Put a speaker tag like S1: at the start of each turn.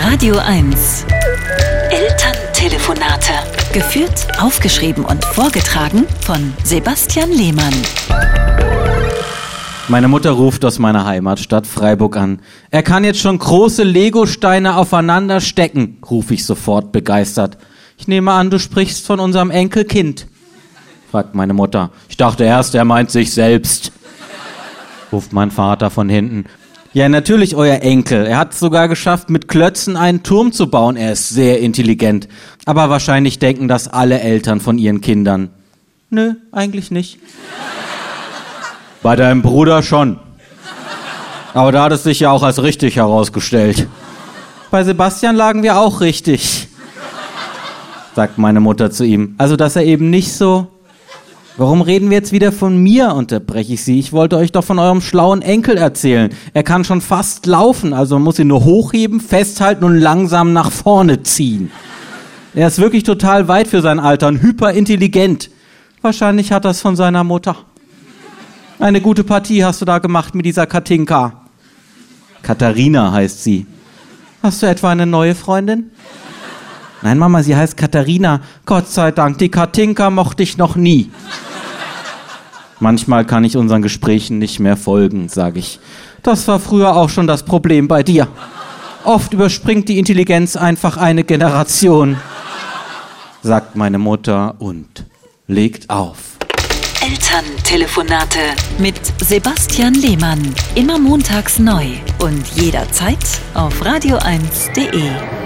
S1: Radio 1. Elterntelefonate. Geführt, aufgeschrieben und vorgetragen von Sebastian Lehmann.
S2: Meine Mutter ruft aus meiner Heimatstadt Freiburg an. Er kann jetzt schon große Legosteine aufeinander stecken, rufe ich sofort begeistert. Ich nehme an, du sprichst von unserem Enkelkind, fragt meine Mutter. Ich dachte erst, er meint sich selbst, ruft mein Vater von hinten. Ja, natürlich euer Enkel. Er hat es sogar geschafft, mit Klötzen einen Turm zu bauen. Er ist sehr intelligent. Aber wahrscheinlich denken das alle Eltern von ihren Kindern. Nö, eigentlich nicht. Bei deinem Bruder schon. Aber da hat es sich ja auch als richtig herausgestellt. Bei Sebastian lagen wir auch richtig, sagt meine Mutter zu ihm. Also, dass er eben nicht so... Warum reden wir jetzt wieder von mir, unterbreche ich sie. Ich wollte euch doch von eurem schlauen Enkel erzählen. Er kann schon fast laufen, also man muss ihn nur hochheben, festhalten und langsam nach vorne ziehen. Er ist wirklich total weit für sein Alter und hyperintelligent. Wahrscheinlich hat er es von seiner Mutter. Eine gute Partie hast du da gemacht mit dieser Katinka. Katharina heißt sie. Hast du etwa eine neue Freundin? Nein, Mama, sie heißt Katharina. Gott sei Dank, die Katinka mochte ich noch nie. Manchmal kann ich unseren Gesprächen nicht mehr folgen, sage ich. Das war früher auch schon das Problem bei dir. Oft überspringt die Intelligenz einfach eine Generation, sagt meine Mutter und legt auf.
S1: Elterntelefonate mit Sebastian Lehmann. Immer montags neu und jederzeit auf radio1.de.